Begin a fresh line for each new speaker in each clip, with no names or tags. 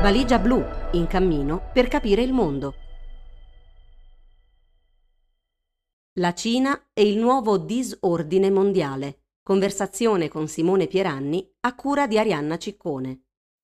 Valigia blu, in cammino per capire il mondo. La Cina e il nuovo disordine mondiale. Conversazione con Simone Pieranni a cura di Arianna Ciccone.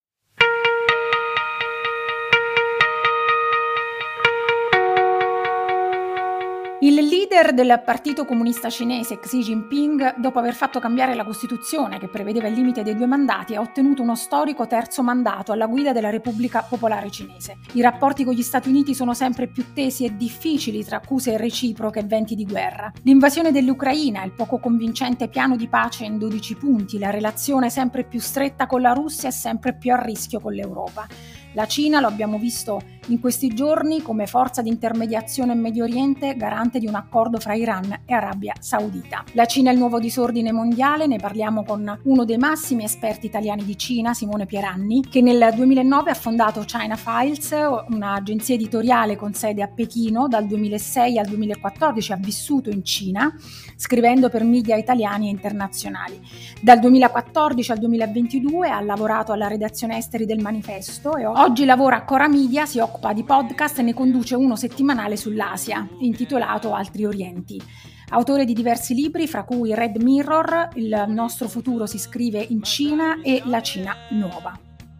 Il leader del Partito Comunista Cinese, Xi Jinping, dopo aver fatto cambiare la Costituzione che prevedeva il limite dei 2 mandati, ha ottenuto uno storico terzo mandato alla guida della Repubblica Popolare Cinese. I rapporti con gli Stati Uniti sono sempre più tesi e difficili tra accuse reciproche e venti di guerra. L'invasione dell'Ucraina, il poco convincente piano di pace in 12 punti, la relazione sempre più stretta con la Russia e sempre più a rischio con l'Europa. La Cina, lo abbiamo visto in questi giorni, come forza di intermediazione in Medio Oriente, garante di un accordo fra Iran e Arabia Saudita. La Cina è il nuovo disordine mondiale, ne parliamo con uno dei massimi esperti italiani di Cina, Simone Pieranni, che nel 2009 ha fondato China Files, un'agenzia editoriale con sede a Pechino. Dal 2006 al 2014 ha vissuto in Cina, scrivendo per media italiani e internazionali. Dal 2014 al 2022 ha lavorato alla redazione esteri del Manifesto e oggi lavora a Cora Media, si occupa di podcast e ne conduce uno settimanale sull'Asia, intitolato Altri Orienti. Autore di diversi libri, fra cui Red Mirror, Il nostro futuro si scrive in Cina e La Cina nuova.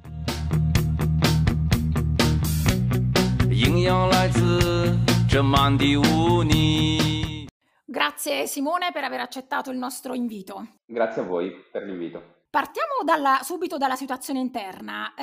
Grazie Simone per aver accettato il nostro invito.
Grazie a voi per l'invito.
Partiamo subito dalla situazione interna.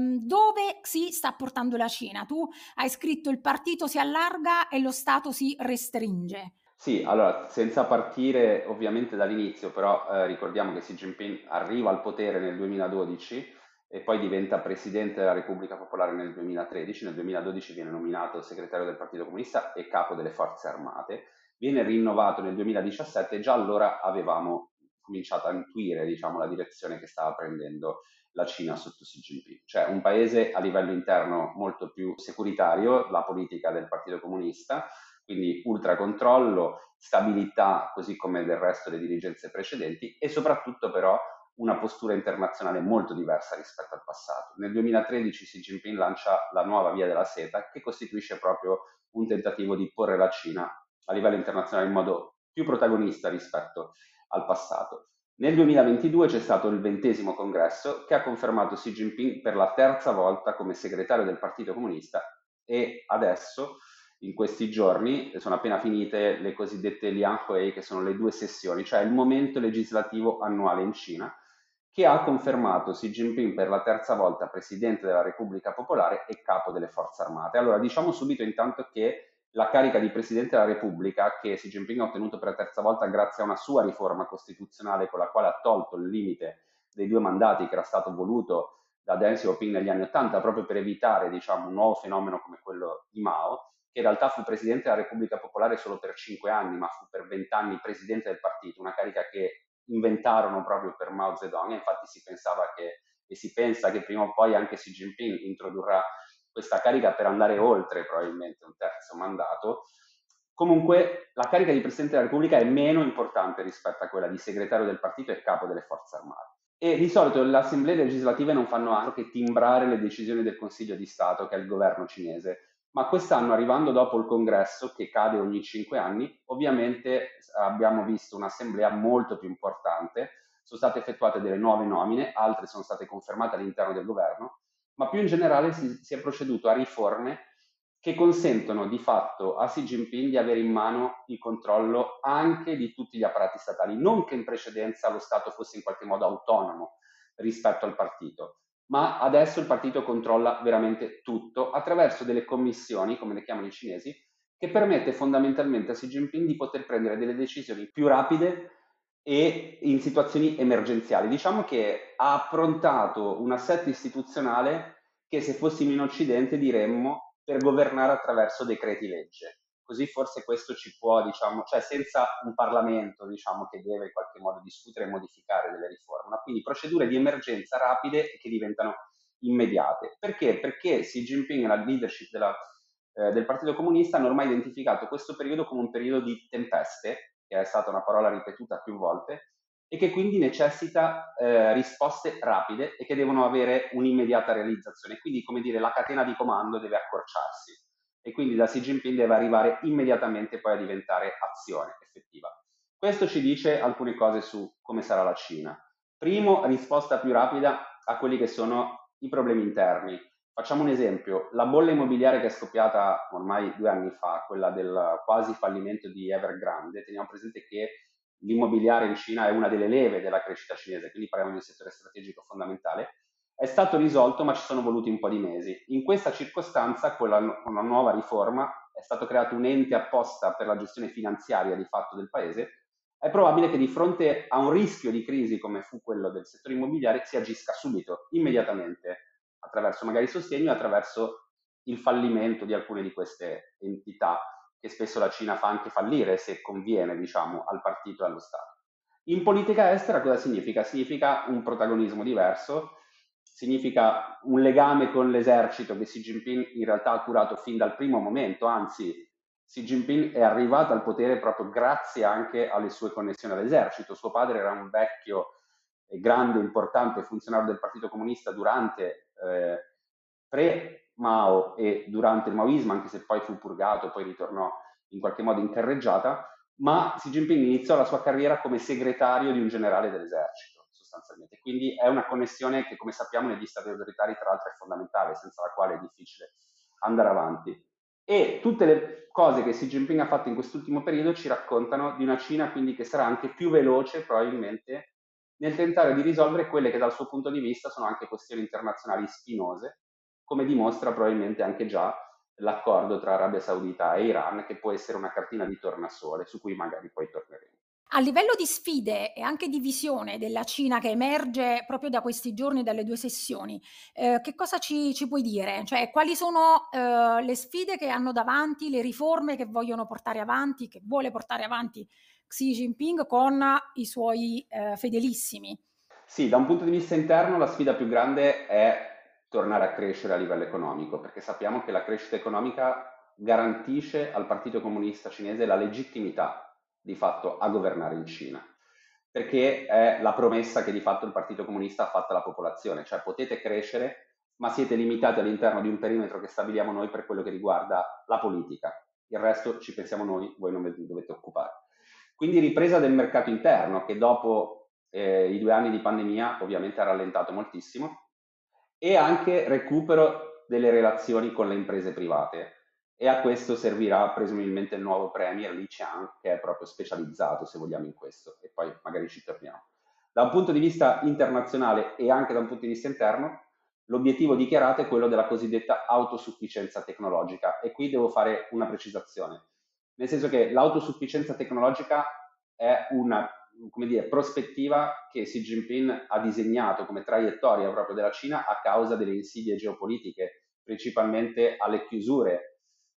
Dove Xi sta portando la Cina? Tu hai scritto il partito si allarga e lo Stato si restringe.
Sì, allora, senza partire ovviamente dall'inizio, però ricordiamo che Xi Jinping arriva al potere nel 2012 e poi diventa presidente della Repubblica Popolare nel 2013. Nel 2012 viene nominato segretario del Partito Comunista e capo delle Forze Armate. Viene rinnovato nel 2017 e già allora avevamo cominciato a intuire, diciamo, la direzione che stava prendendo la Cina sotto Xi Jinping, cioè un paese a livello interno molto più securitario, la politica del Partito Comunista, quindi ultracontrollo, stabilità, così come del resto delle dirigenze precedenti, e soprattutto però una postura internazionale molto diversa rispetto al passato. Nel 2013 Xi Jinping lancia la nuova Via della Seta, che costituisce proprio un tentativo di porre la Cina a livello internazionale in modo più protagonista rispetto al passato. Nel 2022 c'è stato il 20° congresso che ha confermato Xi Jinping per la terza volta come segretario del Partito Comunista e adesso, in questi giorni, sono appena finite le cosiddette Lianhui, che sono le 2 sessioni, cioè il momento legislativo annuale in Cina, che ha confermato Xi Jinping per la terza volta presidente della Repubblica Popolare e capo delle Forze Armate. Allora, diciamo subito intanto che la carica di Presidente della Repubblica, che Xi Jinping ha ottenuto per la terza volta grazie a una sua riforma costituzionale con la quale ha tolto il limite dei 2 mandati che era stato voluto da Deng Xiaoping negli anni '80 proprio per evitare, diciamo, un nuovo fenomeno come quello di Mao, che in realtà fu Presidente della Repubblica Popolare solo per 5 anni, ma fu per 20 anni Presidente del partito, una carica che inventarono proprio per Mao Zedong, e infatti si pensava e si pensa che prima o poi anche Xi Jinping introdurrà questa carica per andare oltre probabilmente un terzo mandato. Comunque la carica di Presidente della Repubblica è meno importante rispetto a quella di segretario del partito e capo delle Forze Armate. E di solito le assemblee legislative non fanno altro che timbrare le decisioni del Consiglio di Stato, che è il governo cinese, ma quest'anno, arrivando dopo il congresso, che cade ogni 5 anni, ovviamente abbiamo visto un'assemblea molto più importante, sono state effettuate delle nuove nomine, altre sono state confermate all'interno del governo, ma più in generale si è proceduto a riforme che consentono di fatto a Xi Jinping di avere in mano il controllo anche di tutti gli apparati statali, non che in precedenza lo Stato fosse in qualche modo autonomo rispetto al partito, ma adesso il partito controlla veramente tutto attraverso delle commissioni, come le chiamano i cinesi, che permette fondamentalmente a Xi Jinping di poter prendere delle decisioni più rapide e in situazioni emergenziali. Diciamo che ha approntato un assetto istituzionale che, se fossimo in Occidente, diremmo per governare attraverso decreti legge. Così forse questo ci può, diciamo, cioè senza un Parlamento, diciamo, che deve in qualche modo discutere e modificare delle riforme, ma quindi procedure di emergenza rapide e che diventano immediate. Perché? Perché Xi Jinping e la leadership del Partito Comunista hanno ormai identificato questo periodo come un periodo di tempeste, che è stata una parola ripetuta più volte, e che quindi necessita risposte rapide e che devono avere un'immediata realizzazione. Quindi, come dire, la catena di comando deve accorciarsi e quindi da Xi Jinping deve arrivare immediatamente poi a diventare azione effettiva. Questo ci dice alcune cose su come sarà la Cina. Primo, risposta più rapida a quelli che sono i problemi interni. Facciamo un esempio, la bolla immobiliare che è scoppiata ormai 2 anni fa, quella del quasi fallimento di Evergrande, teniamo presente che l'immobiliare in Cina è una delle leve della crescita cinese, quindi parliamo di un settore strategico fondamentale, è stato risolto ma ci sono voluti un po' di mesi. In questa circostanza, con una nuova riforma, è stato creato un ente apposta per la gestione finanziaria di fatto del paese. È probabile che di fronte a un rischio di crisi come fu quello del settore immobiliare si agisca subito, immediatamente, attraverso magari sostegno e attraverso il fallimento di alcune di queste entità che spesso la Cina fa anche fallire se conviene, diciamo, al partito e allo Stato. In politica estera cosa significa? Significa un protagonismo diverso, significa un legame con l'esercito che Xi Jinping in realtà ha curato fin dal primo momento, anzi Xi Jinping è arrivato al potere proprio grazie anche alle sue connessioni all'esercito. Suo padre era un vecchio e grande, importante funzionario del Partito Comunista durante pre-Mao e durante il Maoismo, anche se poi fu purgato, poi ritornò in qualche modo in carreggiata, ma Xi Jinping iniziò la sua carriera come segretario di un generale dell'esercito, sostanzialmente. Quindi è una connessione che, come sappiamo, negli stati autoritari, tra l'altro, è fondamentale, senza la quale è difficile andare avanti. E tutte le cose che Xi Jinping ha fatto in quest'ultimo periodo ci raccontano di una Cina quindi che sarà anche più veloce probabilmente nel tentare di risolvere quelle che dal suo punto di vista sono anche questioni internazionali spinose, come dimostra probabilmente anche già l'accordo tra Arabia Saudita e Iran, che può essere una cartina di tornasole, su cui magari poi torneremo.
A livello di sfide e anche di visione della Cina che emerge proprio da questi giorni, dalle 2 sessioni, che cosa ci puoi dire? Cioè, quali sono, le sfide che hanno davanti, le riforme che vogliono portare avanti, che vuole portare avanti Xi Jinping con i suoi, fedelissimi?
Sì, da un punto di vista interno la sfida più grande è tornare a crescere a livello economico, perché sappiamo che la crescita economica garantisce al Partito Comunista Cinese la legittimità di fatto a governare in Cina, perché è la promessa che di fatto il Partito Comunista ha fatto alla popolazione, cioè potete crescere, ma siete limitati all'interno di un perimetro che stabiliamo noi per quello che riguarda la politica. Il resto ci pensiamo noi, voi non ve ne dovete occupare. Quindi ripresa del mercato interno, che dopo i 2 anni di pandemia ovviamente ha rallentato moltissimo, e anche recupero delle relazioni con le imprese private. E a questo servirà presumibilmente il nuovo premier Li Qiang, che è proprio specializzato, se vogliamo, in questo, e poi magari ci torniamo. Da un punto di vista internazionale e anche da un punto di vista interno, l'obiettivo dichiarato è quello della cosiddetta autosufficienza tecnologica, e qui devo fare una precisazione, nel senso che l'autosufficienza tecnologica è una, come dire, prospettiva che Xi Jinping ha disegnato come traiettoria proprio della Cina a causa delle insidie geopolitiche, principalmente alle chiusure,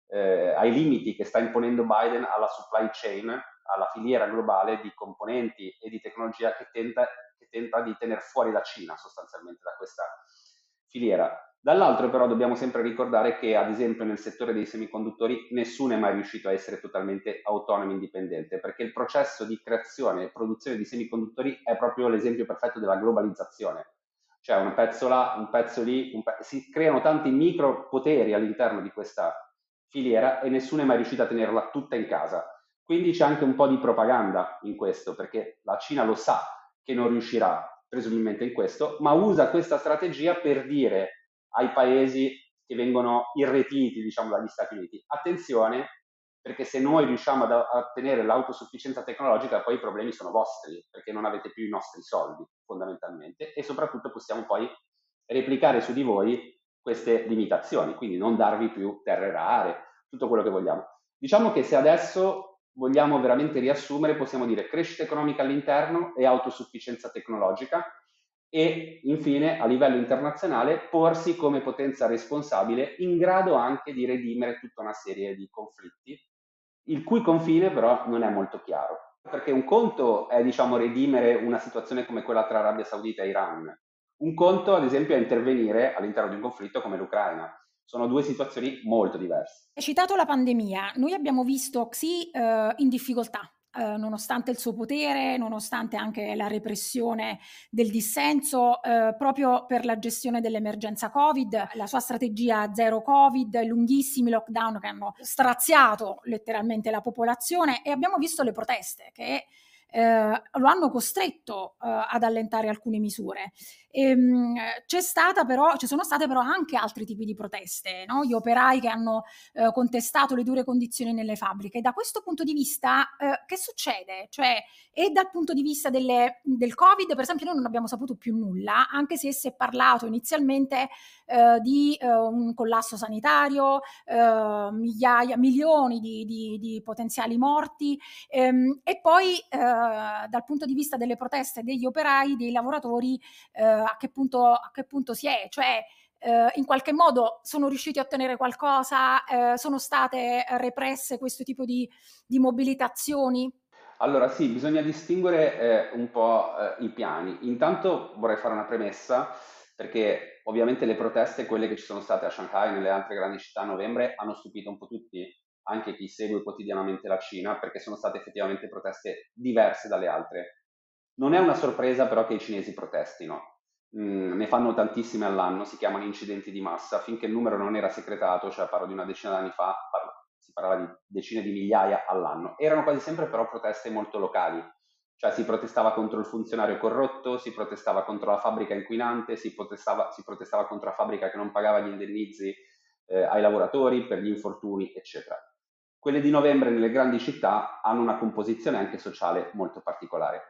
ai limiti che sta imponendo Biden alla supply chain, alla filiera globale di componenti e di tecnologia che tenta di tenere fuori la Cina sostanzialmente da questa filiera. Dall'altro però dobbiamo sempre ricordare che ad esempio nel settore dei semiconduttori nessuno è mai riuscito a essere totalmente autonomo e indipendente, perché il processo di creazione e produzione di semiconduttori è proprio l'esempio perfetto della globalizzazione. Cioè un pezzo là, un pezzo lì, si creano tanti micro poteri all'interno di questa filiera e nessuno è mai riuscito a tenerla tutta in casa. Quindi c'è anche un po' di propaganda in questo, perché la Cina lo sa che non riuscirà presumibilmente in questo, ma usa questa strategia per dire ai paesi che vengono irretiti, diciamo, dagli Stati Uniti. Attenzione, perché se noi riusciamo a ottenere l'autosufficienza tecnologica, poi i problemi sono vostri, perché non avete più i nostri soldi, fondamentalmente, e soprattutto possiamo poi replicare su di voi queste limitazioni, quindi non darvi più terre rare, tutto quello che vogliamo. Diciamo che se adesso vogliamo veramente riassumere, possiamo dire crescita economica all'interno e autosufficienza tecnologica, e infine a livello internazionale porsi come potenza responsabile in grado anche di redimere tutta una serie di conflitti, il cui confine però non è molto chiaro. Perché un conto è, diciamo, redimere una situazione come quella tra Arabia Saudita e Iran, un conto, ad esempio, è intervenire all'interno di un conflitto come l'Ucraina. Sono 2 situazioni molto diverse.
Hai citato la pandemia, noi abbiamo visto Xi in difficoltà nonostante il suo potere, nonostante anche la repressione del dissenso, proprio per la gestione dell'emergenza Covid, la sua strategia zero Covid, lunghissimi lockdown che hanno straziato letteralmente la popolazione, e abbiamo visto le proteste che lo hanno costretto ad allentare alcune misure. Ci sono state però anche altri tipi di proteste, no? Gli operai che hanno contestato le dure condizioni nelle fabbriche. Da questo punto di vista, che succede? Cioè, e dal punto di vista del Covid, per esempio, noi non abbiamo saputo più nulla, anche se si è parlato inizialmente di un collasso sanitario, milioni di potenziali morti, e poi dal punto di vista delle proteste degli operai, dei lavoratori, a che punto si è? Cioè, in qualche modo sono riusciti a ottenere qualcosa? Sono state represse questo tipo di mobilitazioni?
Allora sì, bisogna distinguere un po' i piani. Intanto vorrei fare una premessa, perché ovviamente le proteste, quelle che ci sono state a Shanghai e nelle altre grandi città a novembre, hanno stupito un po' tutti, anche chi segue quotidianamente la Cina, perché sono state effettivamente proteste diverse dalle altre. Non è una sorpresa però che i cinesi protestino. Ne fanno tantissime all'anno, si chiamano incidenti di massa, finché il numero non era secretato, cioè parlo di una decina d'anni fa, si parlava di decine di migliaia all'anno. Erano quasi sempre però proteste molto locali, cioè si protestava contro il funzionario corrotto, si protestava contro la fabbrica inquinante, si protestava contro la fabbrica che non pagava gli indennizzi ai lavoratori per gli infortuni, eccetera. Quelle di novembre nelle grandi città hanno una composizione anche sociale molto particolare.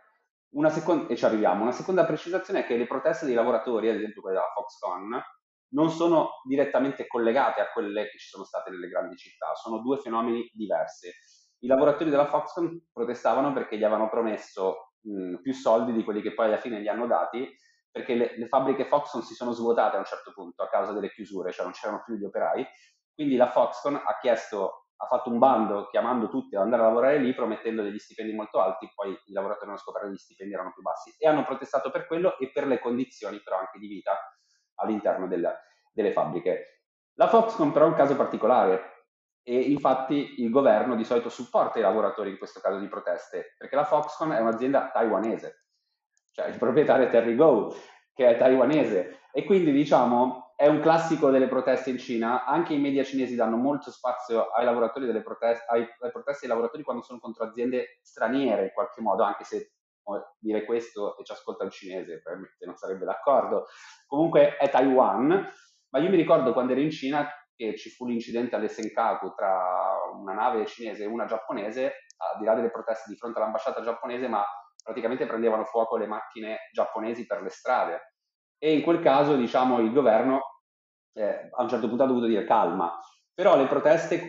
E ci arriviamo. Una seconda precisazione è che le proteste dei lavoratori, ad esempio quelle della Foxconn, non sono direttamente collegate a quelle che ci sono state nelle grandi città, sono due fenomeni diversi. I lavoratori della Foxconn protestavano perché gli avevano promesso più soldi di quelli che poi alla fine gli hanno dati, perché le fabbriche Foxconn si sono svuotate a un certo punto a causa delle chiusure, cioè non c'erano più gli operai, quindi la Foxconn ha fatto un bando chiamando tutti ad andare a lavorare lì, promettendo degli stipendi molto alti, poi i lavoratori hanno scoperto che gli stipendi erano più bassi e hanno protestato per quello e per le condizioni però anche di vita all'interno delle fabbriche. La Foxconn però è un caso particolare e infatti il governo di solito supporta i lavoratori in questo caso di proteste, perché la Foxconn è un'azienda taiwanese, cioè il proprietario è Terry Gou, che è taiwanese, e quindi diciamo è un classico delle proteste in Cina. Anche i media cinesi danno molto spazio ai lavoratori alle proteste dei lavoratori quando sono contro aziende straniere in qualche modo, anche se dire questo e ci ascolta un cinese probabilmente non sarebbe d'accordo. Comunque è Taiwan, ma io mi ricordo quando ero in Cina che ci fu l'incidente alle Senkaku tra una nave cinese e una giapponese, al di là delle proteste di fronte all'ambasciata giapponese, ma praticamente prendevano fuoco le macchine giapponesi per le strade. E in quel caso, diciamo, il governo a un certo punto ha dovuto dire calma. Però le proteste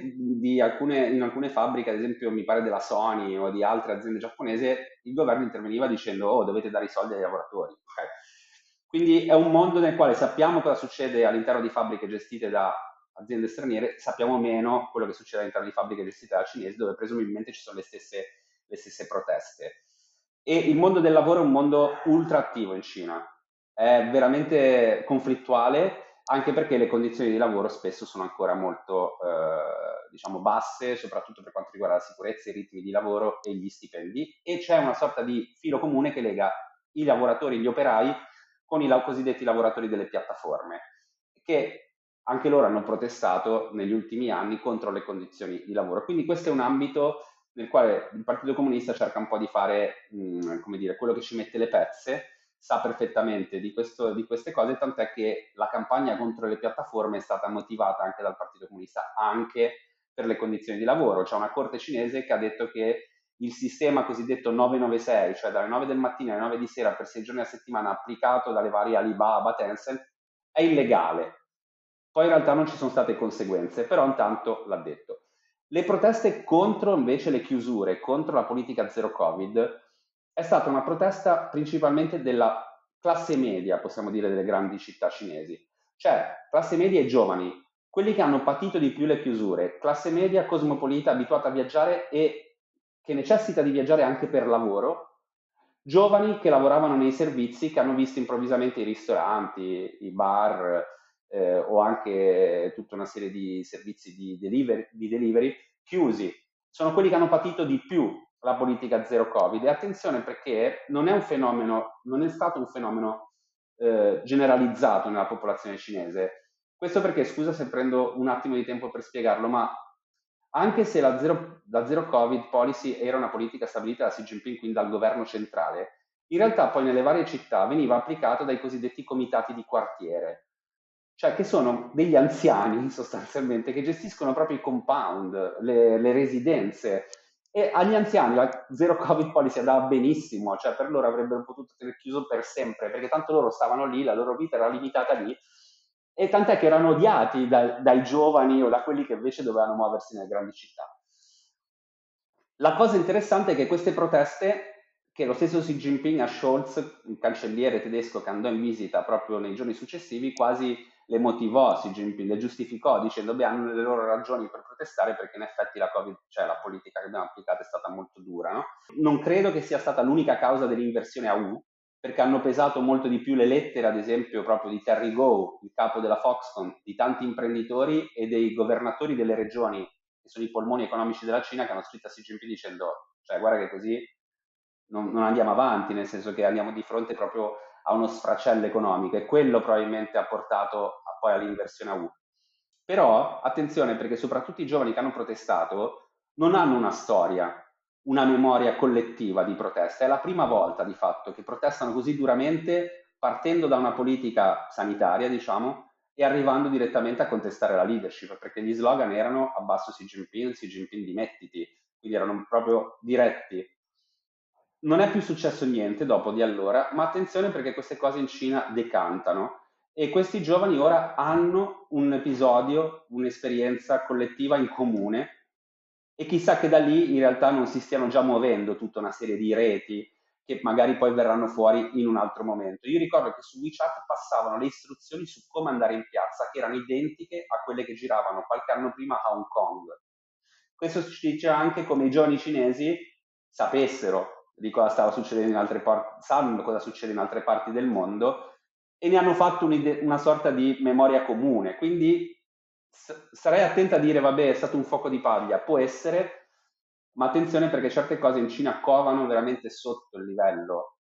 in alcune fabbriche, ad esempio mi pare della Sony o di altre aziende giapponesi, il governo interveniva dicendo oh, dovete dare i soldi ai lavoratori. Okay. Quindi è un mondo nel quale sappiamo cosa succede all'interno di fabbriche gestite da aziende straniere, sappiamo meno quello che succede all'interno di fabbriche gestite da cinesi, dove presumibilmente ci sono le stesse proteste. E il mondo del lavoro è un mondo ultra attivo in Cina, è veramente conflittuale, anche perché le condizioni di lavoro spesso sono ancora molto diciamo basse, soprattutto per quanto riguarda la sicurezza, i ritmi di lavoro e gli stipendi, e c'è una sorta di filo comune che lega i lavoratori, gli operai, con i cosiddetti lavoratori delle piattaforme, che anche loro hanno protestato negli ultimi anni contro le condizioni di lavoro. Quindi questo è un ambito nel quale il Partito Comunista cerca un po' di fare, come dire, quello che ci mette le pezze, sa perfettamente di queste cose, tant'è che la campagna contro le piattaforme è stata motivata anche dal Partito Comunista, anche per le condizioni di lavoro. C'è una corte cinese che ha detto che il sistema cosiddetto 996, cioè dalle 9 del mattino alle 9 di sera per 6 giorni a settimana applicato dalle varie Alibaba, Tencent, è illegale. Poi in realtà non ci sono state conseguenze, però intanto l'ha detto. Le proteste contro invece le chiusure, contro la politica zero Covid, è stata una protesta principalmente della classe media, possiamo dire, delle grandi città cinesi. Cioè, classe media e giovani, quelli che hanno patito di più le chiusure, classe media cosmopolita, abituata a viaggiare e che necessita di viaggiare anche per lavoro, giovani che lavoravano nei servizi, che hanno visto improvvisamente i ristoranti, i bar o anche tutta una serie di servizi di delivery chiusi. Sono quelli che hanno patito di più la politica zero Covid. E attenzione, perché non è stato un fenomeno generalizzato nella popolazione cinese. Questo perché, scusa se prendo un attimo di tempo per spiegarlo, ma anche se la zero Covid policy era una politica stabilita da Xi Jinping, quindi dal governo centrale, in realtà poi nelle varie città veniva applicata dai cosiddetti comitati di quartiere, cioè che sono degli anziani sostanzialmente che gestiscono proprio i compound, le residenze. E agli anziani la zero Covid policy andava benissimo, cioè per loro avrebbero potuto tenere chiuso per sempre, perché tanto loro stavano lì, la loro vita era limitata lì, e tant'è che erano odiati dai giovani o da quelli che invece dovevano muoversi nelle grandi città. La cosa interessante è che queste proteste, che lo stesso Xi Jinping a Scholz, il cancelliere tedesco che andò in visita proprio nei giorni successivi, quasi le motivò Xi Jinping, le giustificò dicendo: beh, hanno le loro ragioni per protestare, perché in effetti la Covid, cioè la politica che abbiamo applicato è stata molto dura, no? Non credo che sia stata l'unica causa dell'inversione a U, perché hanno pesato molto di più le lettere, ad esempio, proprio di Terry Gou, il capo della Foxconn, di tanti imprenditori e dei governatori delle regioni, che sono i polmoni economici della Cina, che hanno scritto a Xi Jinping dicendo: cioè, guarda che così non andiamo avanti, nel senso che andiamo di fronte proprio a uno sfracello economico, e quello probabilmente ha portato poi all'inversione a U. Però attenzione, perché soprattutto i giovani che hanno protestato non hanno una storia, una memoria collettiva di protesta. È la prima volta di fatto che protestano così duramente, partendo da una politica sanitaria, diciamo, e arrivando direttamente a contestare la leadership, perché gli slogan erano: abbasso Xi Jinping dimettiti, quindi erano proprio diretti. Non è più successo niente dopo di allora, ma attenzione, perché queste cose in Cina decantano, e questi giovani ora hanno un episodio, un'esperienza collettiva in comune, e chissà che da lì in realtà non si stiano già muovendo tutta una serie di reti che magari poi verranno fuori in un altro momento. Io ricordo che su WeChat passavano le istruzioni su come andare in piazza, che erano identiche a quelle che giravano qualche anno prima a Hong Kong. Questo ci dice anche come i giovani cinesi sapessero di cosa stava succedendo in altre parti, sanno cosa succede in altre parti del mondo, e ne hanno fatto una sorta di memoria comune. Quindi sarei attenta a dire: vabbè, è stato un fuoco di paglia, può essere, ma attenzione, perché certe cose in Cina covano veramente sotto il livello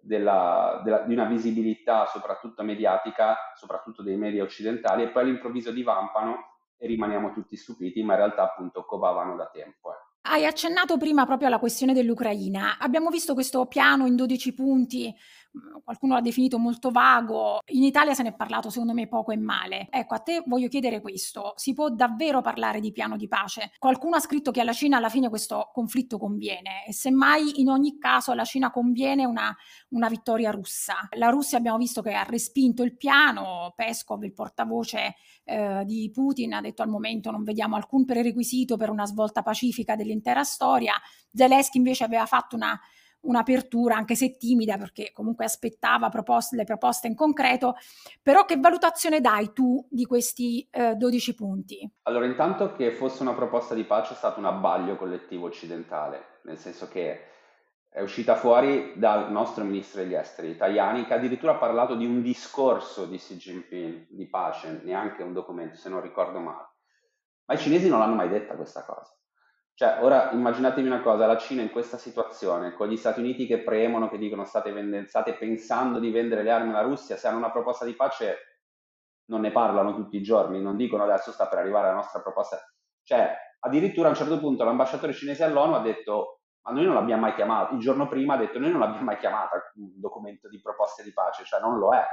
di una visibilità soprattutto mediatica, soprattutto dei media occidentali, e poi all'improvviso divampano e rimaniamo tutti stupiti, ma in realtà appunto covavano da tempo.
Hai accennato prima proprio alla questione dell'Ucraina. Abbiamo visto questo piano in 12 punti, qualcuno l'ha definito molto vago. In Italia se ne è parlato secondo me poco e male. Ecco, a te voglio chiedere questo: si può davvero parlare di piano di pace? Qualcuno ha scritto che alla Cina alla fine questo conflitto conviene, e semmai in ogni caso alla Cina conviene una vittoria russa. La Russia abbiamo visto che ha respinto il piano. Peskov, il portavoce di Putin, ha detto: al momento non vediamo alcun prerequisito per una svolta pacifica dell'intera storia. Zelensky invece aveva fatto un'apertura, anche se timida, perché comunque aspettava le proposte in concreto. Però che valutazione dai tu di questi 12 punti?
Allora, intanto, che fosse una proposta di pace è stato un abbaglio collettivo occidentale, nel senso che è uscita fuori dal nostro ministro degli esteri Tajani, che addirittura ha parlato di un discorso di Xi Jinping di pace, neanche un documento, se non ricordo male. Ma i cinesi non l'hanno mai detta questa cosa. Cioè, ora immaginatevi una cosa: la Cina in questa situazione, con gli Stati Uniti che premono, che dicono state pensando di vendere le armi alla Russia, se hanno una proposta di pace non ne parlano tutti i giorni, non dicono adesso sta per arrivare la nostra proposta. Cioè, addirittura a un certo punto l'ambasciatore cinese all'ONU ha detto: ma noi non l'abbiamo mai chiamato, il giorno prima ha detto: noi non l'abbiamo mai chiamata un documento di proposte di pace, cioè non lo è.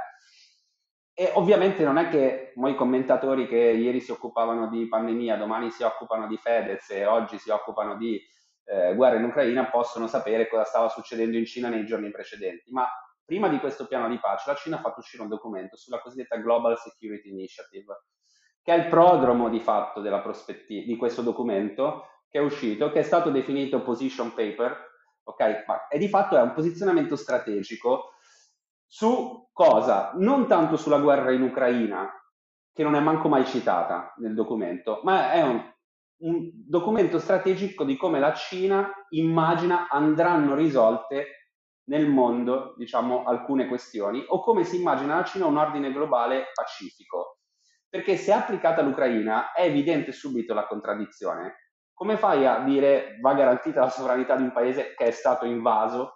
E ovviamente non è che noi commentatori che ieri si occupavano di pandemia, domani si occupano di Fedez e oggi si occupano di guerra in Ucraina, possono sapere cosa stava succedendo in Cina nei giorni precedenti. Ma prima di questo piano di pace, la Cina ha fatto uscire un documento sulla cosiddetta Global Security Initiative, che è il prodromo di fatto di questo documento che è uscito, che è stato definito position paper, ok? Ma di fatto è un posizionamento strategico su cosa? Non tanto sulla guerra in Ucraina, che non è manco mai citata nel documento, ma è un documento strategico di come la Cina immagina andranno risolte nel mondo, diciamo, alcune questioni, o come si immagina la Cina un ordine globale pacifico. Perché se applicata all'Ucraina è evidente subito la contraddizione. come fai a dire va garantita la sovranità di un paese che è stato invaso,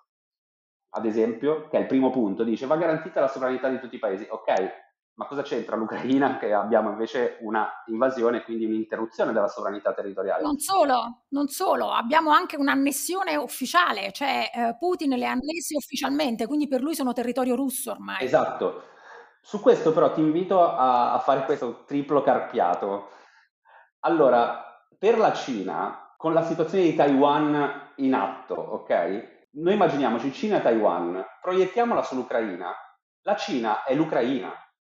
ad esempio, che è il primo punto, dice va garantita la sovranità di tutti i paesi, ok, ma cosa c'entra l'Ucraina che abbiamo invece una invasione, quindi un'interruzione della sovranità territoriale?
Non solo, abbiamo anche un'annessione ufficiale, cioè Putin le ha annesse ufficialmente, quindi per lui sono territorio russo ormai.
Esatto. Su questo però ti invito a fare questo triplo carpiato. Allora, per la Cina, con la situazione di Taiwan in atto, ok? Noi immaginiamoci Cina e Taiwan, proiettiamola sull'Ucraina. La Cina è l'Ucraina,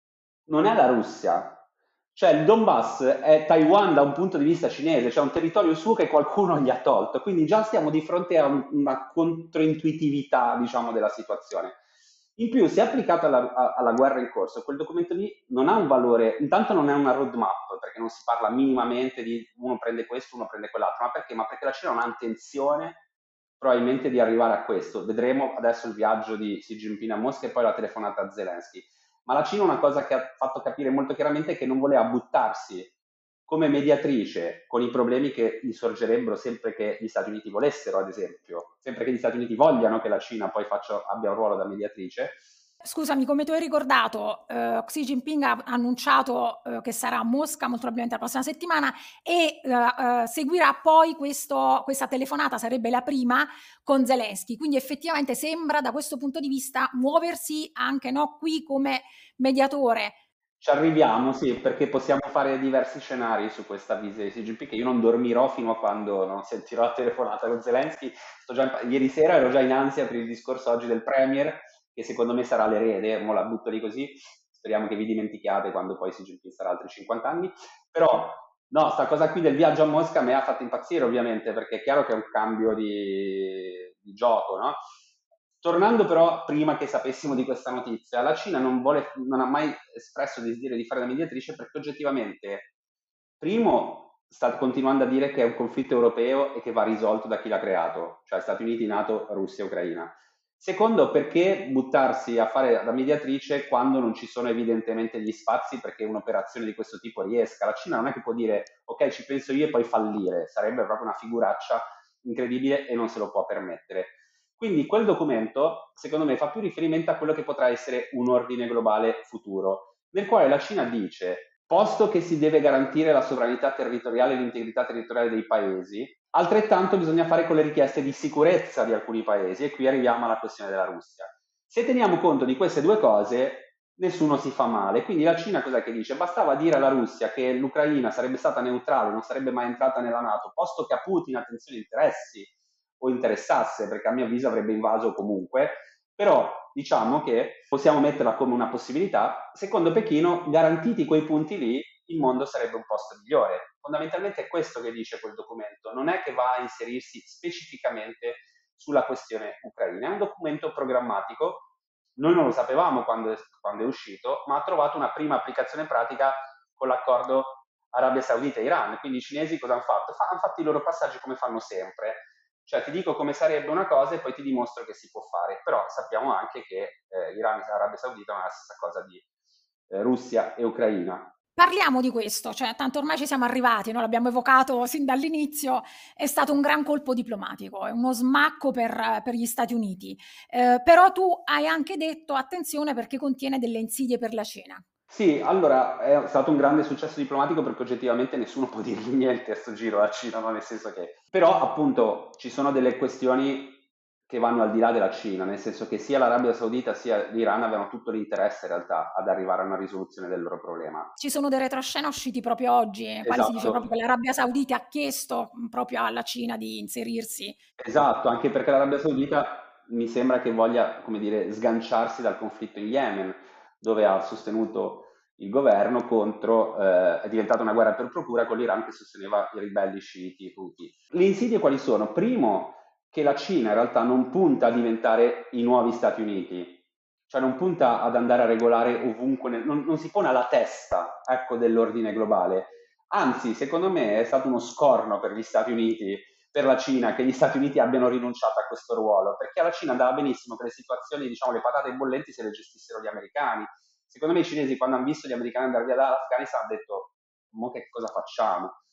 non è la Russia. Cioè il Donbass è Taiwan da un punto di vista cinese, cioè un territorio suo che qualcuno gli ha tolto. Quindi già stiamo di fronte a una controintuitività, diciamo, della situazione. In più, se applicato alla guerra in corso, quel documento lì non ha un valore, intanto non è una roadmap, perché non si parla minimamente di uno prende questo, uno prende quell'altro, ma perché? Ma perché la Cina non ha intenzione probabilmente di arrivare a questo. Vedremo adesso il viaggio di Xi Jinping a Mosca e poi la telefonata a Zelensky. Ma la Cina una cosa che ha fatto capire molto chiaramente è che non voleva buttarsi come mediatrice con i problemi che gli sorgerebbero sempre che gli Stati Uniti volessero, ad esempio, sempre che gli Stati Uniti vogliano che la Cina poi abbia un ruolo da mediatrice.
Scusami, come tu hai ricordato, Xi Jinping ha annunciato che sarà a Mosca molto probabilmente la prossima settimana e seguirà poi questa telefonata, sarebbe la prima, con Zelensky. Quindi effettivamente sembra da questo punto di vista muoversi anche no, qui come mediatore.
Ci arriviamo, sì, perché possiamo fare diversi scenari su questa visita di Xi Jinping, che io non dormirò fino a quando non sentirò la telefonata con Zelensky. Ieri sera ero già in ansia per il discorso oggi del Premier, che secondo me sarà l'erede, mo la butto lì così, speriamo che vi dimentichiate quando poi Xi Jinping sarà altri 50 anni, però no, sta cosa qui del viaggio a Mosca mi ha fatto impazzire ovviamente, perché è chiaro che è un cambio di gioco, no? Tornando però, prima che sapessimo di questa notizia, la Cina non ha mai espresso desiderio di fare da mediatrice perché oggettivamente, primo, sta continuando a dire che è un conflitto europeo e che va risolto da chi l'ha creato, cioè Stati Uniti, NATO, Russia e Ucraina. Secondo, perché buttarsi a fare da mediatrice quando non ci sono evidentemente gli spazi perché un'operazione di questo tipo riesca? La Cina non è che può dire ok, ci penso io e poi fallire, sarebbe proprio una figuraccia incredibile e non se lo può permettere. Quindi quel documento, secondo me, fa più riferimento a quello che potrà essere un ordine globale futuro, nel quale la Cina dice, posto che si deve garantire la sovranità territoriale e l'integrità territoriale dei paesi, altrettanto bisogna fare con le richieste di sicurezza di alcuni paesi, e qui arriviamo alla questione della Russia. Se teniamo conto di queste due cose, nessuno si fa male. Quindi la Cina cosa che dice? Bastava dire alla Russia che l'Ucraina sarebbe stata neutrale, non sarebbe mai entrata nella NATO, posto che a Putin, attenzione, interessi o interessasse, perché a mio avviso avrebbe invaso comunque, però diciamo che possiamo metterla come una possibilità. Secondo Pechino, garantiti quei punti lì, il mondo sarebbe un posto migliore. Fondamentalmente è questo che dice quel documento, non è che va a inserirsi specificamente sulla questione ucraina, è un documento programmatico. Noi non lo sapevamo quando è uscito, ma ha trovato una prima applicazione pratica con l'accordo Arabia Saudita e Iran. Quindi i cinesi cosa hanno fatto? Hanno fatto i loro passaggi come fanno sempre. Cioè ti dico come sarebbe una cosa e poi ti dimostro che si può fare. Però sappiamo anche che Iran e Arabia Saudita non è la stessa cosa di Russia e Ucraina.
Parliamo di questo, cioè tanto ormai ci siamo arrivati, no? L'abbiamo evocato sin dall'inizio, è stato un gran colpo diplomatico, è uno smacco per gli Stati Uniti. Però tu hai anche detto attenzione perché contiene delle insidie per la Cina.
Sì, allora è stato un grande successo diplomatico perché oggettivamente nessuno può dirgli niente a sto giro alla Cina, no? Nel senso che... Però appunto ci sono delle questioni che vanno al di là della Cina, nel senso che sia l'Arabia Saudita sia l'Iran avevano tutto l'interesse in realtà ad arrivare a una risoluzione del loro problema.
Ci sono dei retroscena usciti proprio oggi, quali si dice
Esatto.
proprio che l'Arabia Saudita ha chiesto proprio alla Cina di inserirsi.
Esatto, anche perché l'Arabia Saudita mi sembra che voglia, come dire, sganciarsi dal conflitto in Yemen, dove ha sostenuto il governo contro, è diventata una guerra per procura con l'Iran che sosteneva i ribelli sciiti Houthi. Le insidie quali sono? Primo, che la Cina in realtà non punta a diventare i nuovi Stati Uniti, cioè non punta ad andare a regolare ovunque, non si pone alla testa, ecco, dell'ordine globale. Anzi, secondo me è stato uno scorno per gli Stati Uniti, per la Cina, che gli Stati Uniti abbiano rinunciato a questo ruolo, perché alla Cina andava benissimo che le situazioni, diciamo, le patate bollenti se le gestissero gli americani. Secondo me i cinesi, quando hanno visto gli americani andare via dall'Afghanistan, hanno detto, mo che cosa facciamo?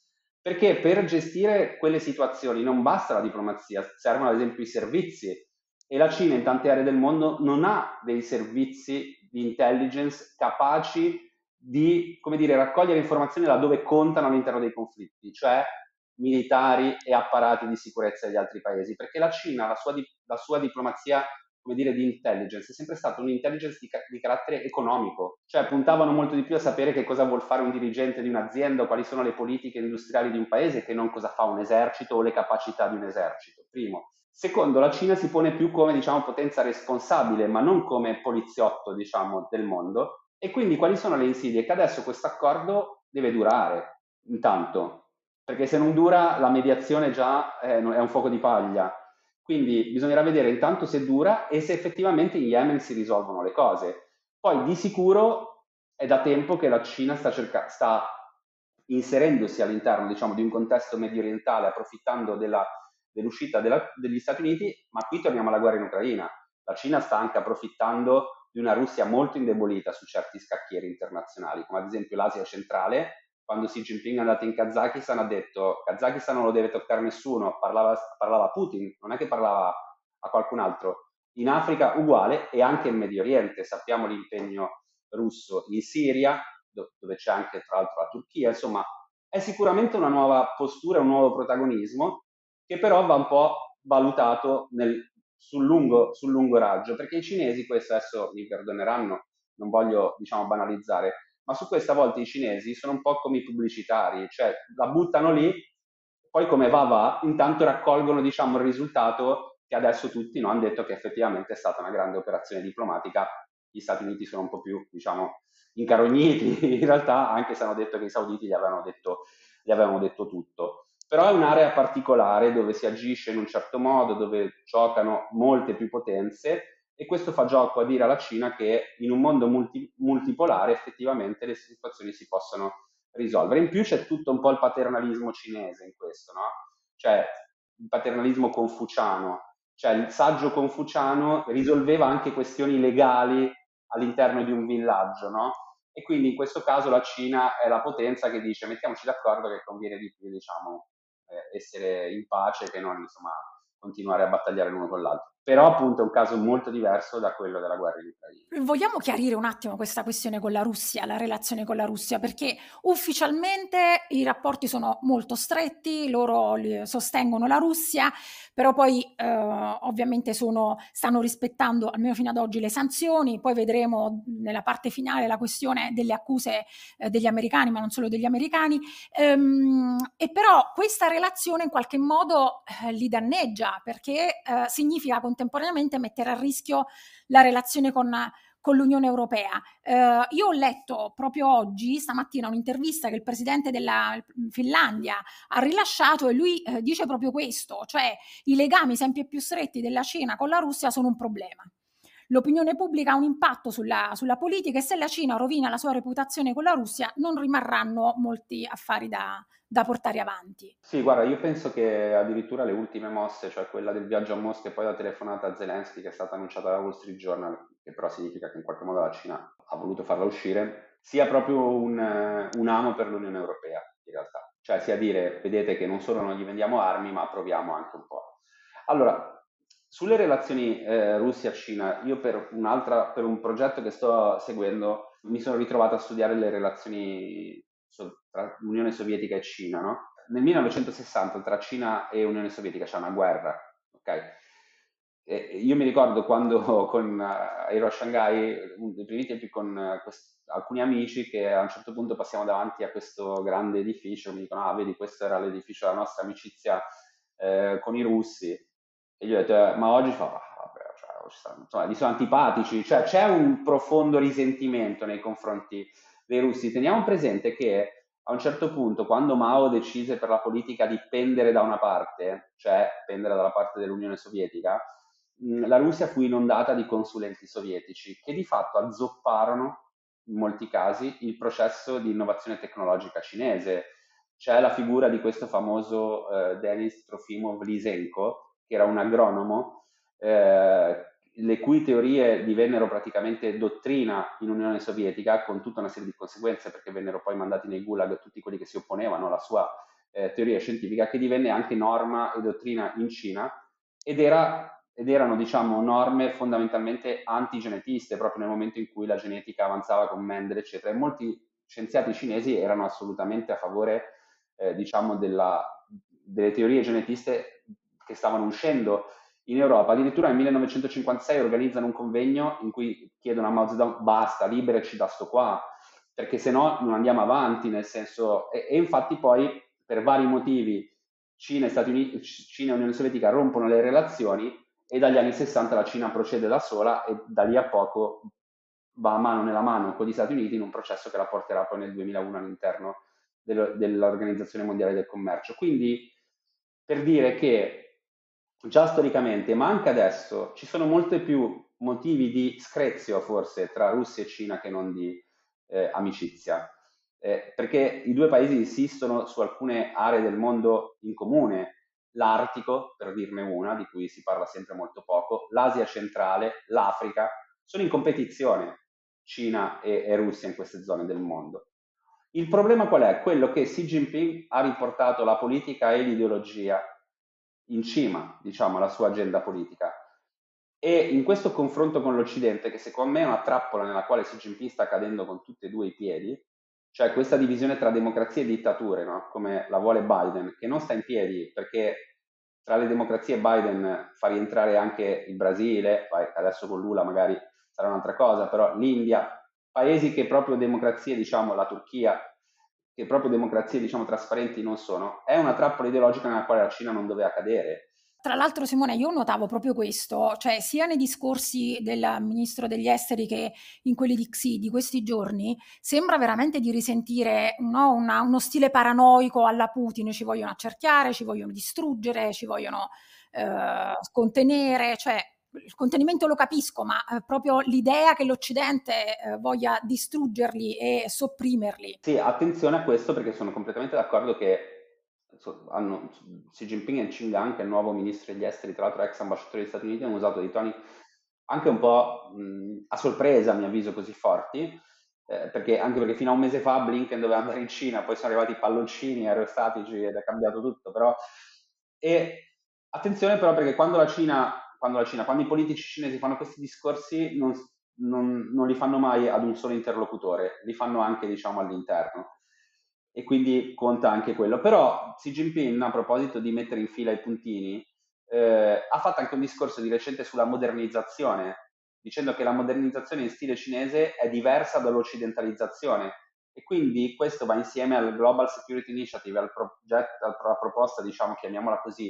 Perché per gestire quelle situazioni non basta la diplomazia, servono ad esempio i servizi, e la Cina in tante aree del mondo non ha dei servizi di intelligence capaci di, come dire, raccogliere informazioni laddove contano all'interno dei conflitti, cioè militari e apparati di sicurezza degli altri paesi, perché la Cina, la sua diplomazia, come dire, di intelligence, è sempre stata un'intelligence di carattere economico, cioè puntavano molto di più a sapere che cosa vuol fare un dirigente di un'azienda, quali sono le politiche industriali di un paese, che non cosa fa un esercito o le capacità di un esercito, primo. Secondo, la Cina si pone più come, diciamo, potenza responsabile, ma non come poliziotto, diciamo, del mondo. E quindi quali sono le insidie? Che adesso questo accordo deve durare, intanto, perché se non dura la mediazione già è un fuoco di paglia. Quindi bisognerà vedere intanto se dura e se effettivamente in Yemen si risolvono le cose. Poi di sicuro è da tempo che la Cina sta inserendosi all'interno, diciamo, di un contesto medio orientale, approfittando dell'uscita degli Stati Uniti, ma qui torniamo alla guerra in Ucraina. La Cina sta anche approfittando di una Russia molto indebolita su certi scacchieri internazionali, come ad esempio l'Asia centrale. Quando Xi Jinping è andato in Kazakistan ha detto Kazakistan non lo deve toccare nessuno, parlava a Putin, non è che parlava a qualcun altro. In Africa uguale, e anche in Medio Oriente sappiamo l'impegno russo in Siria, dove c'è anche tra l'altro la Turchia, insomma è sicuramente una nuova postura, un nuovo protagonismo che però va un po' valutato sul lungo raggio, perché i cinesi, questo adesso mi perdoneranno, non voglio, diciamo, banalizzare, ma su questa volta i cinesi sono un po' come i pubblicitari, cioè la buttano lì, poi come va, intanto raccolgono, diciamo, il risultato che adesso tutti, no, hanno detto che effettivamente è stata una grande operazione diplomatica. Gli Stati Uniti sono un po' più, diciamo, incarogniti in realtà, anche se hanno detto che i sauditi gli avevano detto tutto. Però è un'area particolare dove si agisce in un certo modo, dove giocano molte più potenze, e questo fa gioco a dire alla Cina che in un mondo multipolare effettivamente le situazioni si possono risolvere. In più c'è tutto un po' il paternalismo cinese in questo, no? Cioè il paternalismo confuciano, cioè il saggio confuciano risolveva anche questioni legali all'interno di un villaggio, no? E quindi in questo caso la Cina è la potenza che dice mettiamoci d'accordo che conviene di più, diciamo, essere in pace che non, insomma, continuare a battagliare l'uno con l'altro. Però appunto è un caso molto diverso da quello della guerra in Ucraina.
Vogliamo chiarire un attimo questa questione con la Russia, la relazione con la Russia, perché ufficialmente i rapporti sono molto stretti, loro sostengono la Russia, però poi ovviamente stanno rispettando, almeno fino ad oggi, le sanzioni, poi vedremo nella parte finale la questione delle accuse degli americani, ma non solo degli americani, e però questa relazione in qualche modo li danneggia, perché significa contemporaneamente mettere a rischio la relazione con l'Unione Europea. Io ho letto proprio oggi, stamattina, un'intervista che il presidente della Finlandia ha rilasciato, e lui dice proprio questo, cioè i legami sempre più stretti della Cina con la Russia sono un problema. L'opinione pubblica ha un impatto sulla politica, e se la Cina rovina la sua reputazione con la Russia non rimarranno molti affari da portare avanti.
Sì, guarda, io penso che addirittura le ultime mosse, cioè quella del viaggio a Mosca e poi la telefonata a Zelensky che è stata annunciata dalla Wall Street Journal, che però significa che in qualche modo la Cina ha voluto farla uscire, sia proprio un amo per l'Unione Europea, in realtà. Cioè sia dire, vedete che non solo non gli vendiamo armi, ma proviamo anche un po'. Allora, sulle relazioni Russia-Cina, io per un progetto che sto seguendo mi sono ritrovato a studiare le relazioni tra Unione Sovietica e Cina, no? Nel 1960 tra Cina e Unione Sovietica c'è una guerra, ok? E io mi ricordo quando ero a Shanghai, nei primi tempi con alcuni amici, che a un certo punto passiamo davanti a questo grande edificio, mi dicono, ah, vedi, questo era l'edificio della nostra amicizia con i russi. E gli ho detto, ma oggi fa, vabbè, cioè, insomma, gli sono antipatici, cioè c'è un profondo risentimento nei confronti dei russi. Teniamo presente che a un certo punto, quando Mao decise per la politica di pendere da una parte, cioè pendere dalla parte dell'Unione Sovietica, la Russia fu inondata di consulenti sovietici che di fatto azzopparono in molti casi il processo di innovazione tecnologica cinese. C'è la figura di questo famoso Denis Trofimov Lysenko, che era un agronomo, le cui teorie divennero praticamente dottrina in Unione Sovietica, con tutta una serie di conseguenze, perché vennero poi mandati nei gulag tutti quelli che si opponevano alla sua teoria scientifica che divenne anche norma e dottrina in Cina ed erano, diciamo, norme fondamentalmente antigenetiste proprio nel momento in cui la genetica avanzava con Mendel, eccetera. E molti scienziati cinesi erano assolutamente a favore, diciamo, delle teorie genetiste che stavano uscendo in Europa. Addirittura nel 1956 organizzano un convegno in cui chiedono a Mao Zedong: basta, liberaci da sto qua, perché se no non andiamo avanti, nel senso. E infatti poi, per vari motivi, Cina e Unione Sovietica rompono le relazioni e dagli anni 60 la Cina procede da sola e da lì a poco va a mano nella mano con gli Stati Uniti in un processo che la porterà poi nel 2001 all'interno dell'Organizzazione Mondiale del Commercio. Quindi, per dire che già storicamente, ma anche adesso, ci sono molti più motivi di screzio forse tra Russia e Cina che non di amicizia, perché i due paesi insistono su alcune aree del mondo in comune: l'Artico, per dirne una, di cui si parla sempre molto poco, l'Asia centrale, l'Africa, sono in competizione Cina e Russia in queste zone del mondo. Il problema qual è? Quello che Xi Jinping ha riportato la politica e l'ideologia in cima, diciamo, alla sua agenda politica. E in questo confronto con l'Occidente, che secondo me è una trappola nella quale Xi Jinping sta cadendo con tutti e due i piedi, cioè questa divisione tra democrazie e dittature, no? Come la vuole Biden, che non sta in piedi perché tra le democrazie Biden fa rientrare anche il Brasile, adesso con Lula magari sarà un'altra cosa, però l'India, paesi che proprio democrazie, diciamo, la Turchia, che proprio democrazie, diciamo, trasparenti non sono, è una trappola ideologica nella quale la Cina non doveva cadere.
Tra l'altro, Simone, io notavo proprio questo, cioè sia nei discorsi del ministro degli esteri che in quelli di Xi di questi giorni, sembra veramente di risentire, no, uno stile paranoico alla Putin: ci vogliono accerchiare, ci vogliono distruggere, ci vogliono contenere, cioè il contenimento lo capisco, ma proprio l'idea che l'Occidente voglia distruggerli e sopprimerli.
Sì, attenzione a questo perché sono completamente d'accordo che Xi Jinping e Qin Gang, che è il nuovo ministro degli esteri, tra l'altro ex ambasciatore degli Stati Uniti, hanno usato dei toni anche un po' a sorpresa, a mio avviso, così forti, anche perché fino a un mese fa Blinken doveva andare in Cina, poi sono arrivati i palloncini aerostatici ed è cambiato tutto, però. E attenzione però perché quando i politici cinesi fanno questi discorsi non li fanno mai ad un solo interlocutore, li fanno anche, diciamo, all'interno. E quindi conta anche quello. Però Xi Jinping, a proposito di mettere in fila i puntini, ha fatto anche un discorso di recente sulla modernizzazione, dicendo che la modernizzazione in stile cinese è diversa dall'occidentalizzazione. E quindi questo va insieme al Global Security Initiative, alla proposta, diciamo, chiamiamola così,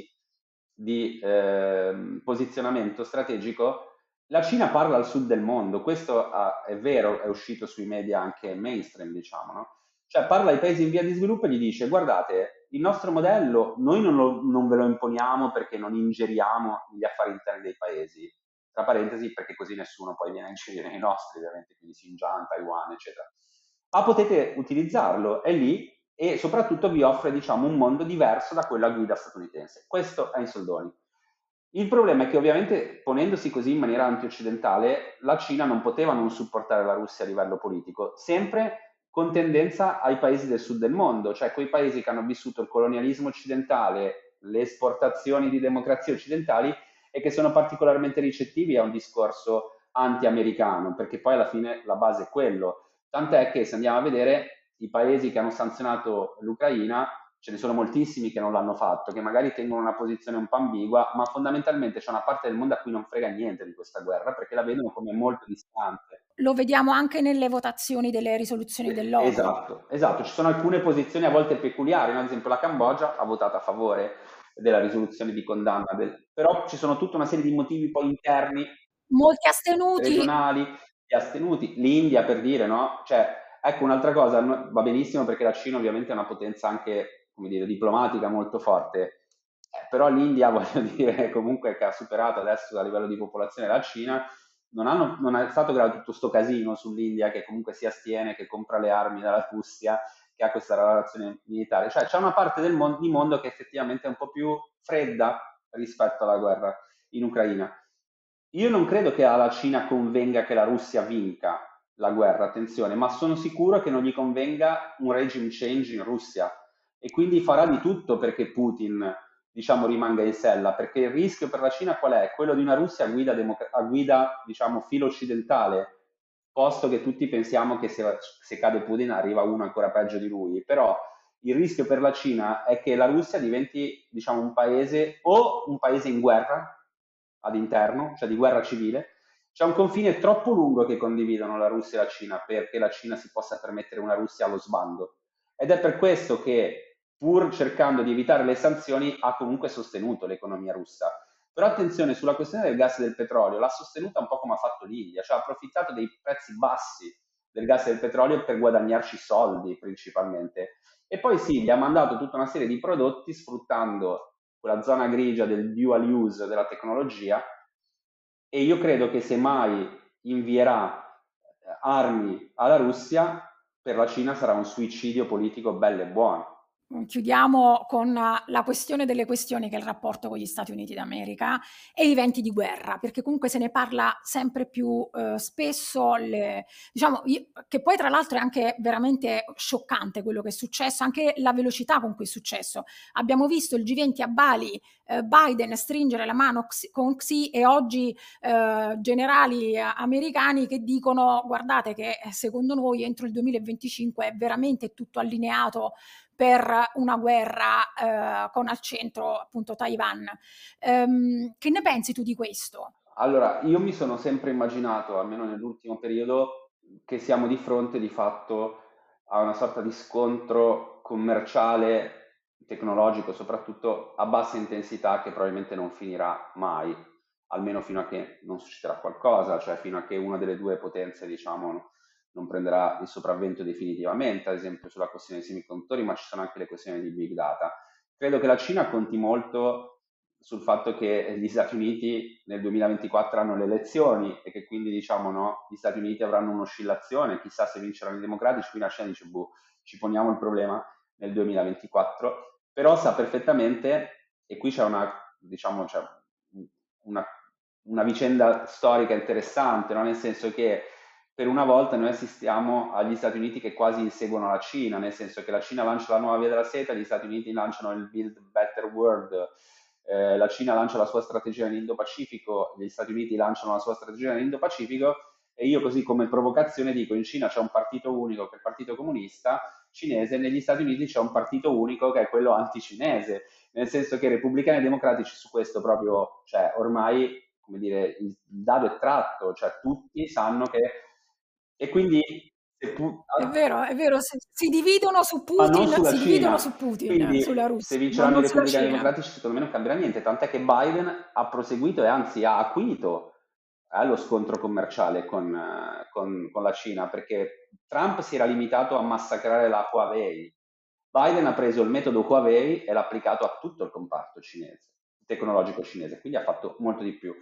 di posizionamento strategico. La Cina parla al sud del mondo, questo è vero, è uscito sui media anche mainstream, diciamo, no? Cioè parla ai paesi in via di sviluppo e gli dice: guardate, il nostro modello noi non ve lo imponiamo perché non ingeriamo gli affari interni dei paesi, tra parentesi perché così nessuno poi viene a ingerire nei nostri, ovviamente, quindi Xinjiang, Taiwan, eccetera. Ma potete utilizzarlo, è lì, e soprattutto vi offre, diciamo, un mondo diverso da quella guida statunitense. Questo è in soldoni. Il problema è che ovviamente, ponendosi così in maniera anti-occidentale, la Cina non poteva non supportare la Russia a livello politico, sempre con tendenza ai paesi del sud del mondo, cioè quei paesi che hanno vissuto il colonialismo occidentale, le esportazioni di democrazie occidentali e che sono particolarmente ricettivi a un discorso anti-americano, perché poi alla fine la base è quello. Tant'è che se andiamo a vedere i paesi che hanno sanzionato l'Ucraina, ce ne sono moltissimi che non l'hanno fatto, che magari tengono una posizione un po' ambigua, ma fondamentalmente c'è una parte del mondo a cui non frega niente di questa guerra perché la vedono come molto distante.
Lo vediamo anche nelle votazioni delle risoluzioni dell'ONU.
Esatto, esatto, ci sono alcune posizioni a volte peculiari, no? Ad esempio la Cambogia ha votato a favore della risoluzione di condanna, però ci sono tutta una serie di motivi poi interni,
Molti astenuti.
regionali e astenuti. L'India, per dire, no? Cioè, ecco un'altra cosa, va benissimo perché la Cina ovviamente è una potenza anche, come dire, diplomatica molto forte, però l'India, voglio dire, comunque che ha superato adesso a livello di popolazione la Cina, non è stato creato tutto sto casino sull'India che comunque si astiene, che compra le armi dalla Russia, che ha questa relazione militare. Cioè c'è una parte di mondo che effettivamente è un po' più fredda rispetto alla guerra in Ucraina. Io non credo che alla Cina convenga che la Russia vinca la guerra, attenzione, ma sono sicuro che non gli convenga un regime change in Russia, e quindi farà di tutto perché Putin, diciamo, rimanga in sella, perché il rischio per la Cina qual è? Quello di una Russia a guida, diciamo, filo occidentale, posto che tutti pensiamo che se cade Putin arriva uno ancora peggio di lui, però il rischio per la Cina è che la Russia diventi, diciamo, un paese o un paese in guerra ad interno, cioè di guerra civile. C'è un confine troppo lungo che condividono la Russia e la Cina perché la Cina si possa permettere una Russia allo sbando. Ed è per questo che, pur cercando di evitare le sanzioni, ha comunque sostenuto l'economia russa. Però attenzione, sulla questione del gas e del petrolio, l'ha sostenuta un po' come ha fatto l'India, cioè ha approfittato dei prezzi bassi del gas e del petrolio per guadagnarci soldi principalmente. E poi sì, gli ha mandato tutta una serie di prodotti sfruttando quella zona grigia del dual use della tecnologia, e io credo che se mai invierà armi alla Russia, per la Cina sarà un suicidio politico bello e buono.
Chiudiamo con la questione delle questioni, che è il rapporto con gli Stati Uniti d'America e i venti di guerra, perché comunque se ne parla sempre più spesso, diciamo, che poi tra l'altro è anche veramente scioccante quello che è successo, anche la velocità con cui è successo. Abbiamo visto il G20 a Bali, Biden stringere la mano con Xi, e oggi generali americani che dicono: guardate che secondo noi entro il 2025 è veramente tutto allineato per una guerra con al centro appunto Taiwan. Che ne pensi tu di questo?
Allora, io mi sono sempre immaginato, almeno nell'ultimo periodo, che siamo di fronte di fatto a una sorta di scontro commerciale, tecnologico soprattutto, a bassa intensità che probabilmente non finirà mai, almeno fino a che non succederà qualcosa, cioè fino a che una delle due potenze, diciamo, non prenderà il sopravvento definitivamente, ad esempio sulla questione dei semiconduttori, ma ci sono anche le questioni di big data. Credo che la Cina conti molto sul fatto che gli Stati Uniti nel 2024 hanno le elezioni e che quindi, diciamo, no, gli Stati Uniti avranno un'oscillazione, chissà se vinceranno i democratici, quindi la Cina dice, boh, ci poniamo il problema nel 2024, però sa perfettamente, e qui c'è una, diciamo, c'è una, una vicenda storica interessante, no? Nel senso che per una volta noi assistiamo agli Stati Uniti che quasi inseguono la Cina, nel senso che la Cina lancia la nuova via della seta, gli Stati Uniti lanciano il Build Better World, la Cina lancia la sua strategia nell'Indo-Pacifico, gli Stati Uniti lanciano la sua strategia nell'Indo-Pacifico, e io così come provocazione dico: in Cina c'è un partito unico che è il Partito Comunista Cinese, negli Stati Uniti c'è un partito unico che è quello anticinese, nel senso che i repubblicani e democratici su questo proprio, cioè ormai, come dire, il dado è tratto, cioè tutti sanno che... E quindi...
È vero, si dividono su
Ma non
Putin,
sulla
si dividono
Cina.
su Putin, sulla
Quindi se
Russia, ma
vinceranno i
non sulla
repubblicani
Cina.
democratici, secondo me non cambierà niente, tant'è che Biden ha proseguito e anzi ha acuito lo scontro commerciale con la Cina, perché Trump si era limitato a massacrare la Huawei. Biden ha preso il metodo Huawei e l'ha applicato a tutto il comparto cinese, tecnologico cinese, quindi ha fatto molto di più.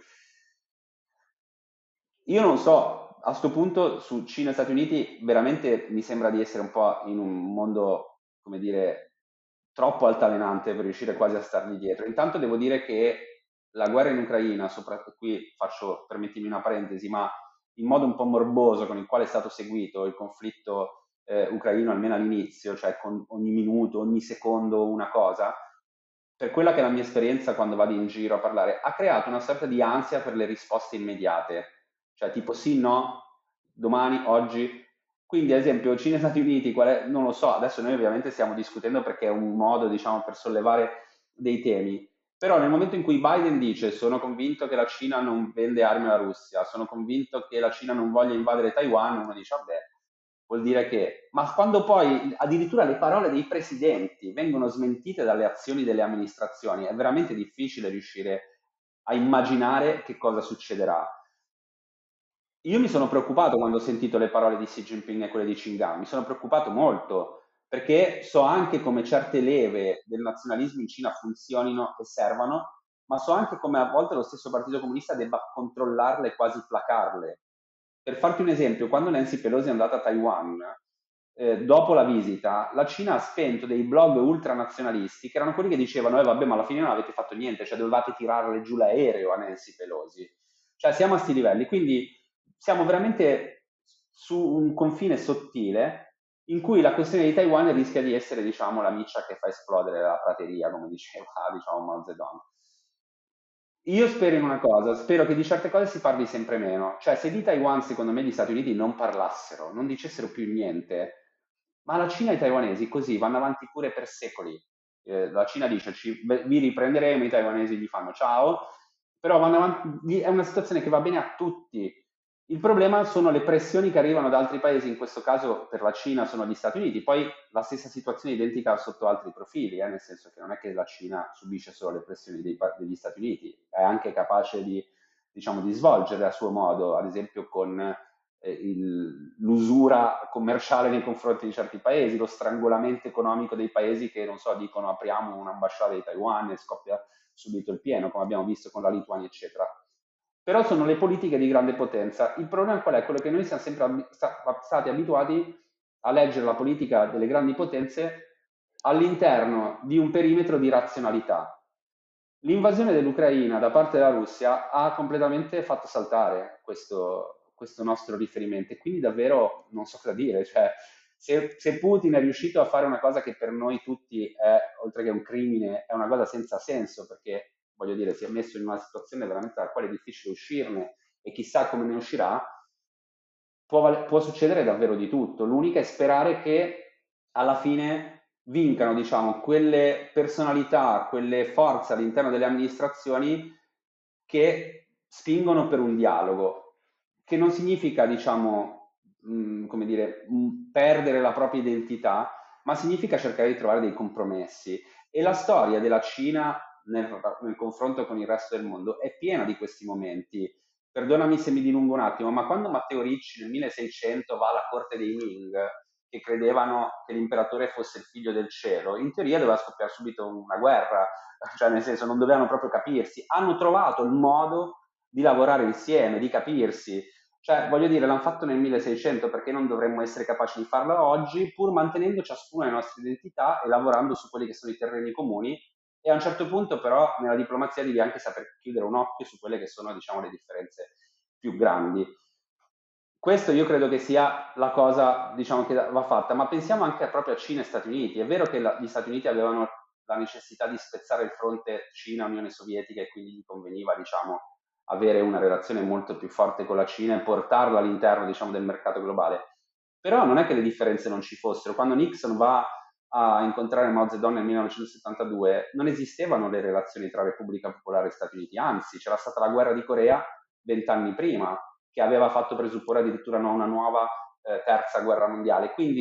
Io non so, a sto punto su Cina e Stati Uniti veramente mi sembra di essere un po' in un mondo, come dire, troppo altalenante per riuscire quasi a stargli dietro. Intanto devo dire che la guerra in Ucraina, soprattutto qui faccio, permettimi una parentesi, ma il modo un po' morboso con il quale è stato seguito il conflitto ucraino, almeno all'inizio, cioè con ogni minuto, ogni secondo una cosa, per quella che è la mia esperienza quando vado in giro a parlare, ha creato una sorta di ansia per le risposte immediate, cioè tipo sì, no, domani, oggi. Quindi, ad esempio, Cina e Stati Uniti, non lo so, adesso noi ovviamente stiamo discutendo perché è un modo, diciamo, per sollevare dei temi, però nel momento in cui Biden dice sono convinto che la Cina non vende armi alla Russia, sono convinto che la Cina non voglia invadere Taiwan, uno dice vabbè, vuol dire che... Ma quando poi addirittura le parole dei presidenti vengono smentite dalle azioni delle amministrazioni, è veramente difficile riuscire a immaginare che cosa succederà. Io mi sono preoccupato quando ho sentito le parole di Xi Jinping e quelle di Xinjiang, mi sono preoccupato molto, perché so anche come certe leve del nazionalismo in Cina funzionino e servano, ma so anche come a volte lo stesso Partito Comunista debba controllarle e quasi placarle. Per farti un esempio, quando Nancy Pelosi è andata a Taiwan, dopo la visita, la Cina ha spento dei blog ultranazionalisti che erano quelli che dicevano, vabbè, ma alla fine non avete fatto niente, cioè dovevate tirarle giù l'aereo a Nancy Pelosi. Cioè siamo a sti livelli, quindi siamo veramente su un confine sottile in cui la questione di Taiwan rischia di essere, diciamo, la miccia che fa esplodere la prateria, come diceva, diciamo, Mao Zedong. Io spero in una cosa, spero che di certe cose si parli sempre meno. Cioè, se di Taiwan, secondo me, gli Stati Uniti non parlassero, non dicessero più niente, ma la Cina e i taiwanesi così vanno avanti pure per secoli. La Cina dice, vi riprenderemo, i taiwanesi gli fanno ciao, però vanno avanti, è una situazione che va bene a tutti. Il problema sono le pressioni che arrivano da altri paesi, in questo caso per la Cina sono gli Stati Uniti, poi la stessa situazione identica sotto altri profili, nel senso che non è che la Cina subisce solo le pressioni degli Stati Uniti, è anche capace di, diciamo, di svolgere a suo modo, ad esempio con l'usura commerciale nei confronti di certi paesi, lo strangolamento economico dei paesi che, non so, dicono apriamo un'ambasciata di Taiwan e scoppia subito il pieno, come abbiamo visto con la Lituania, eccetera. Però sono le politiche di grande potenza. Il problema qual è? Quello che noi siamo sempre stati abituati a leggere la politica delle grandi potenze all'interno di un perimetro di razionalità. L'invasione dell'Ucraina da parte della Russia ha completamente fatto saltare questo nostro riferimento e quindi davvero non so cosa dire. Cioè, se Putin è riuscito a fare una cosa che per noi tutti è, oltre che un crimine, è una cosa senza senso, perché voglio dire, si è messo in una situazione veramente dalla quale è difficile uscirne e chissà come ne uscirà, può succedere davvero di tutto. L'unica è sperare che alla fine vincano, diciamo, quelle personalità, quelle forze all'interno delle amministrazioni che spingono per un dialogo, che non significa, diciamo, come dire, perdere la propria identità, ma significa cercare di trovare dei compromessi. E la storia della Cina nel confronto con il resto del mondo è piena di questi momenti. Perdonami se mi dilungo un attimo, ma quando Matteo Ricci nel 1600 va alla corte dei Ming, che credevano che l'imperatore fosse il figlio del cielo, in teoria doveva scoppiare subito una guerra, cioè nel senso non dovevano proprio capirsi. Hanno trovato il modo di lavorare insieme, di capirsi. Cioè, voglio dire, l'hanno fatto nel 1600, perché non dovremmo essere capaci di farlo oggi, pur mantenendo ciascuna le nostre identità e lavorando su quelli che sono i terreni comuni. E a un certo punto però nella diplomazia devi anche saper chiudere un occhio su quelle che sono, diciamo, le differenze più grandi. Questo io credo che sia la cosa, diciamo, che va fatta, ma pensiamo anche proprio a Cina e Stati Uniti. È vero che gli Stati Uniti avevano la necessità di spezzare il fronte Cina-Unione Sovietica e quindi gli conveniva, diciamo, avere una relazione molto più forte con la Cina e portarla all'interno, diciamo, del mercato globale. Però non è che le differenze non ci fossero. Quando Nixon va a incontrare Mao Zedong nel 1972 non esistevano le relazioni tra Repubblica Popolare e Stati Uniti, anzi c'era stata la guerra di Corea 20 anni prima, che aveva fatto presupporre addirittura una nuova terza guerra mondiale. Quindi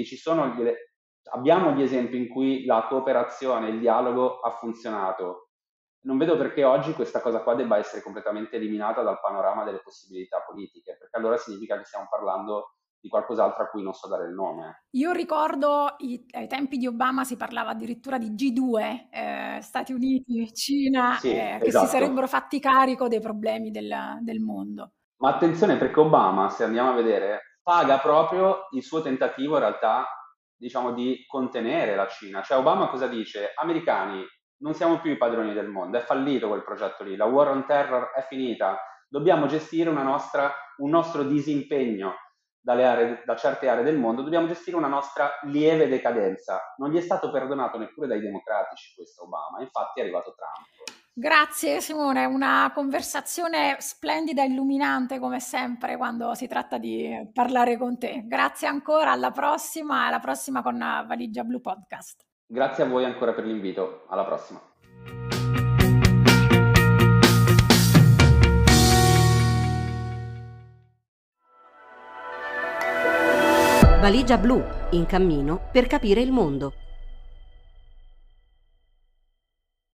abbiamo gli esempi in cui la cooperazione, il dialogo ha funzionato. Non vedo perché oggi questa cosa qua debba essere completamente eliminata dal panorama delle possibilità politiche, perché allora significa che stiamo parlando di qualcos'altro a cui non so dare il nome.
Io ricordo ai tempi di Obama si parlava addirittura di G2, Stati Uniti, Cina,
Sì,
che
esatto.
si sarebbero fatti carico dei problemi del mondo.
Ma attenzione, perché Obama, se andiamo a vedere, paga proprio il suo tentativo in realtà, diciamo, di contenere la Cina. Cioè Obama cosa dice? Americani, non siamo più i padroni del mondo, è fallito quel progetto lì, la war on terror è finita, dobbiamo gestire un nostro disimpegno da certe aree del mondo, dobbiamo gestire una nostra lieve decadenza. Non gli è stato perdonato neppure dai democratici questo Obama, infatti è arrivato Trump.
Grazie Simone, una conversazione splendida e illuminante come sempre quando si tratta di parlare con te. Grazie ancora, alla prossima con Valigia Blu Podcast.
Grazie a voi ancora per l'invito, alla prossima.
Valigia Blu, in cammino per capire il mondo.